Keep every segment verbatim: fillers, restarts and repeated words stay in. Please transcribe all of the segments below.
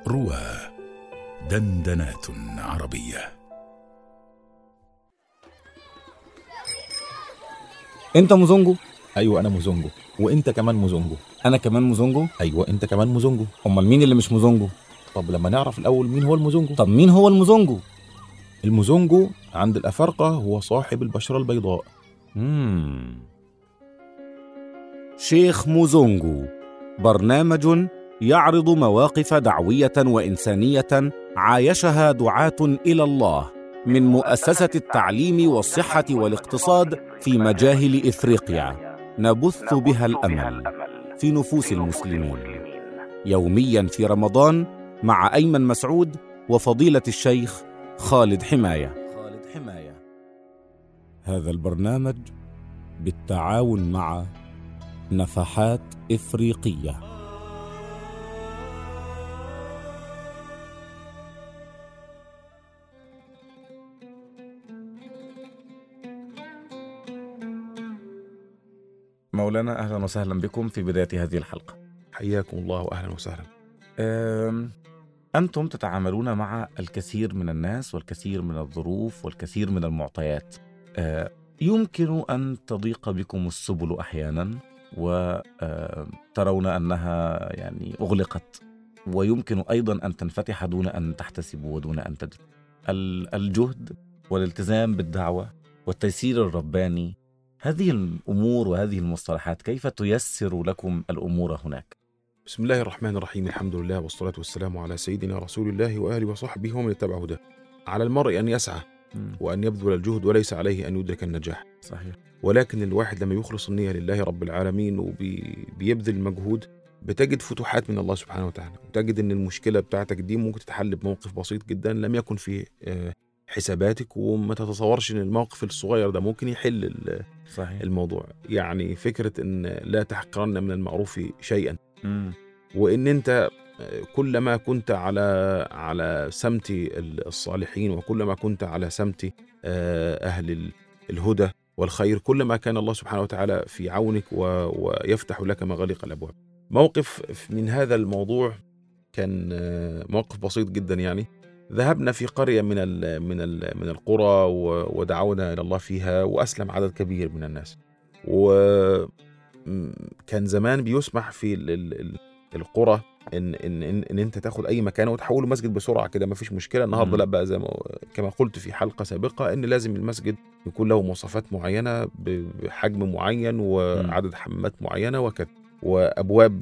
روى دندنات عربية. انت مزونجو؟ ايوه انا مزونجو. وانت كمان مزونجو. انا كمان مزونجو؟ ايوه انت كمان مزونجو. امال مين اللي مش مزونجو؟ طب لما نعرف الاول مين هو المزونجو. طب مين هو المزونجو؟ المزونجو عند الافارقه هو صاحب البشره البيضاء. مم. شيخ مزونجو، برنامج يعرض مواقف دعوية وإنسانية عايشها دعاة إلى الله من مؤسسة التعليم والصحة والاقتصاد في مجاهل إفريقيا، نبث بها الأمل في نفوس المسلمين، يوميا في رمضان مع أيمن مسعود وفضيلة الشيخ خالد حماية. هذا البرنامج بالتعاون مع نفحات إفريقية. مولانا أهلا وسهلا بكم في بداية هذه الحلقة. حياكم الله وأهلا وسهلا. أنتم تتعاملون مع الكثير من الناس والكثير من الظروف والكثير من المعطيات. يمكن أن تضيق بكم السبل أحيانا وترون أنها يعني أغلقت، ويمكن أيضا أن تنفتح دون أن تحتسبوا ودون أن تدروا. الجهد والالتزام بالدعوة والتيسير الرباني، هذه الأمور وهذه المصطلحات كيف تيسر لكم الأمور هناك؟ بسم الله الرحمن الرحيم، الحمد لله والصلاة والسلام على سيدنا رسول الله وآله وصحبه ومن اتبع هداه. على المرء أن يسعى وأن يبذل الجهد وليس عليه أن يدرك النجاح. صحيح. ولكن الواحد لما يخلص النية لله رب العالمين وبيبذل المجهود بتجد فتوحات من الله سبحانه وتعالى، وتجد أن المشكلة بتاعتك دي ممكن تتحل بموقف بسيط جدا لم يكن في حساباتك، وما تتصورش أن الموقف الصغير ده ممكن يحل صحيح. الموضوع. يعني فكرة أن لا تحقرن من المعروف شيئا، م. وأن أنت كلما كنت على على سمت الصالحين وكلما كنت على سمت أهل الهدى والخير كلما كان الله سبحانه وتعالى في عونك ويفتح لك مغاليق الأبواب. موقف من هذا الموضوع كان موقف بسيط جدا. يعني ذهبنا في قرية من ال من ال من القرى ودعونا إلى الله فيها، وأسلم عدد كبير من الناس. وكان زمان بيسمح في القرى إن, إن, إن, إن أنت تاخد أي مكان وتحوله مسجد بسرعة كده، ما فيش مشكلة. النهاردة لا بقى، زي ما كما قلت في حلقة سابقة، إن لازم المسجد يكون له مواصفات معينة بحجم معين وعدد حمامات معينة وكذا، وأبواب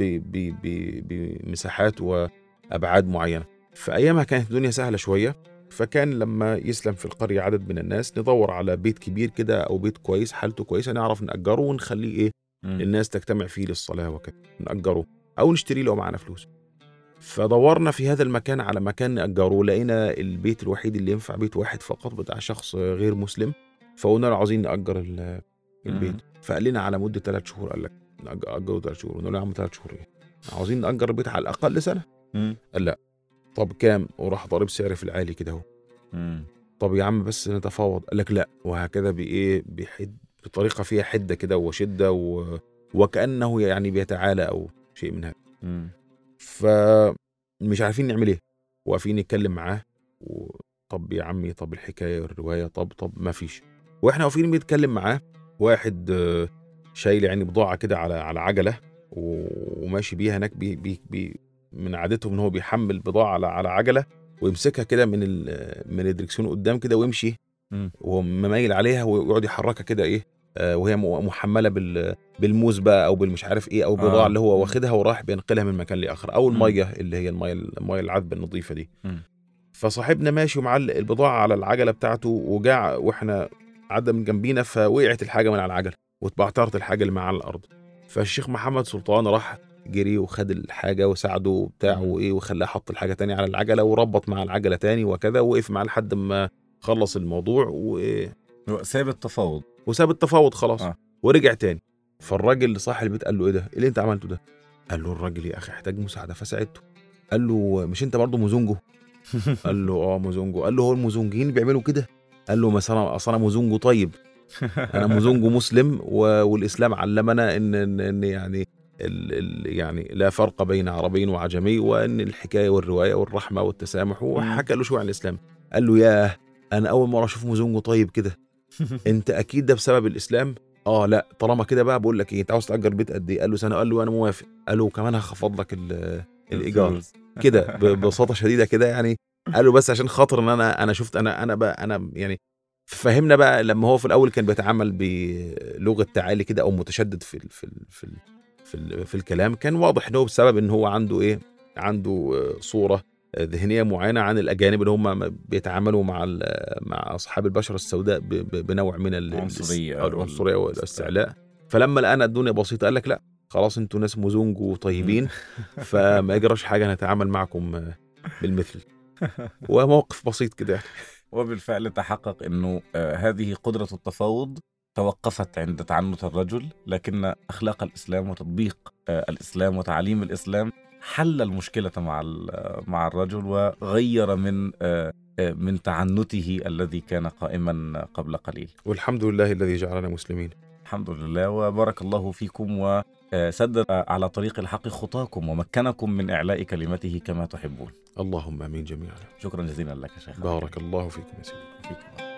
بمساحات وأبعاد معينة. فأيامها كانت الدنيا سهلة شوية، فكان لما يسلم في القرية عدد من الناس ندور على بيت كبير كده أو بيت كويس حالته كويسة نعرف نأجره ونخليه إيه م. الناس تجتمع فيه للصلاة وكذا، نأجره أو نشتري له معنا فلوس. فدورنا في هذا المكان على مكان نأجره، لقينا البيت الوحيد اللي ينفع بيت واحد فقط بتاع شخص غير مسلم. فقلنا له عاوزين نأجر البيت. فقال لنا على مدة ثلاث شهور. قال لك نأجره ثلاث شهور. قلنا له يا عم ثلاث شهور إيه؟ عاوزين نأجر البيت على الأقل سنة. م. قال لا. طب كام؟ وراح ضارب سعر في العالي كده اهو. طب يا عم بس نتفاوض. قال لك لا. وهكذا بإيه بحد بطريقة فيها حدة كده وشدة و... وكأنه يعني بيتعالى أو شيء من هذا. فمش عارفين نعمل إيه، واقفين نتكلم معاه. طب يا عمي، طب الحكاية والرواية، طب طب ما فيش. وإحنا واقفين بنتكلم معاه، واحد شايل يعني بضاعة كده على على عجلة وماشي بيها هناك. بي بي بي من عادتهم ان هو بيحمل بضاعه على على عجله ويمسكها كده من من الدركسيون قدام كده ويمشي وهو مميل عليها ويقعد يحركها كده ايه آه وهي محمله بال بالموز بقى او بالمش عارف ايه او البضاعه آه. اللي هو واخدها وراح بينقلها من مكان لاخر، او الميه اللي هي الميه الميه العذبه النظيفه دي. م. فصاحبنا ماشي ومع البضاعه على العجله بتاعته، وجاع واحنا عدى من جنبينا فوقعت الحاجه من على العجله واتبعترت الحاجه اللي معاه على الارض. فالشيخ محمد سلطان راح جري وخد الحاجة وساعده بتاعه وإيه وخلاه حط الحاجة تاني على العجلة وربط مع العجلة تاني وكذا، ووقف معاه لحد ما خلص الموضوع وساب التفاوض وساب التفاوض خلاص. آه. ورجع تاني. فالراجل صاحب البيت قال له إيه ده؟ إيه اللي أنت عملته ده؟ قال له الراجل يا أخي احتاج مساعدة فساعدته. قال له مش أنت برضه مزونجو؟ قال له آه مزونجو. قال له هو المزونجين بيعملوا كده؟ قال له مثلا أصلا مزونجو طيب، أنا مزونجو مسلم والإسلام علمنا إن إن يعني ال ال يعني لا فرق بين عربي وعجمي، وان الحكايه والروايه والرحمه والتسامح، وحكى له شويه عن الاسلام. قال له ياه انا اول مره اشوف مزونجو طيب كده، انت اكيد ده بسبب الاسلام؟ اه لا طالما كده بقى بقول لك ايه، انت عاوز تاجر بيت قد ايه؟ قال له سنه. قال له انا موافق. قال له كمان هخفض لك الايجار كده ببساطه شديده كده يعني. قال له بس عشان خاطر ان انا انا شفت انا انا بقى انا يعني فهمنا بقى لما هو في الاول كان بيتعامل بلغه تعالي كده او متشدد في ال في ال في ال في, ال في الكلام، كان واضح ان هو بسبب ان هو عنده ايه، عنده صوره ذهنيه معينه عن الاجانب اللي هم بيتعاملوا مع مع اصحاب البشره السوداء بنوع من العنصريه العنصريه والاستعلاء. فلما لقى الدنيا بسيطه قال لك لا خلاص انتوا ناس مزونج وطيبين فما يجراش حاجه نتعامل معكم بالمثل. وموقف بسيط كده. وبالفعل تحقق انه آه هذه قدره التفاوض توقفت عند تعنت الرجل، لكن اخلاق الاسلام وتطبيق آه الاسلام وتعليم الاسلام حل المشكله مع مع الرجل، وغير من آه من تعنته الذي كان قائما قبل قليل. والحمد لله الذي جعلنا مسلمين. الحمد لله، وبارك الله فيكم وسدد على طريق الحق خطاكم ومكنكم من إعلاء كلمته كما تحبون. اللهم آمين جميعا. شكرا جزيلا لك يا شيخ. بارك الله فيكم يا سيدي.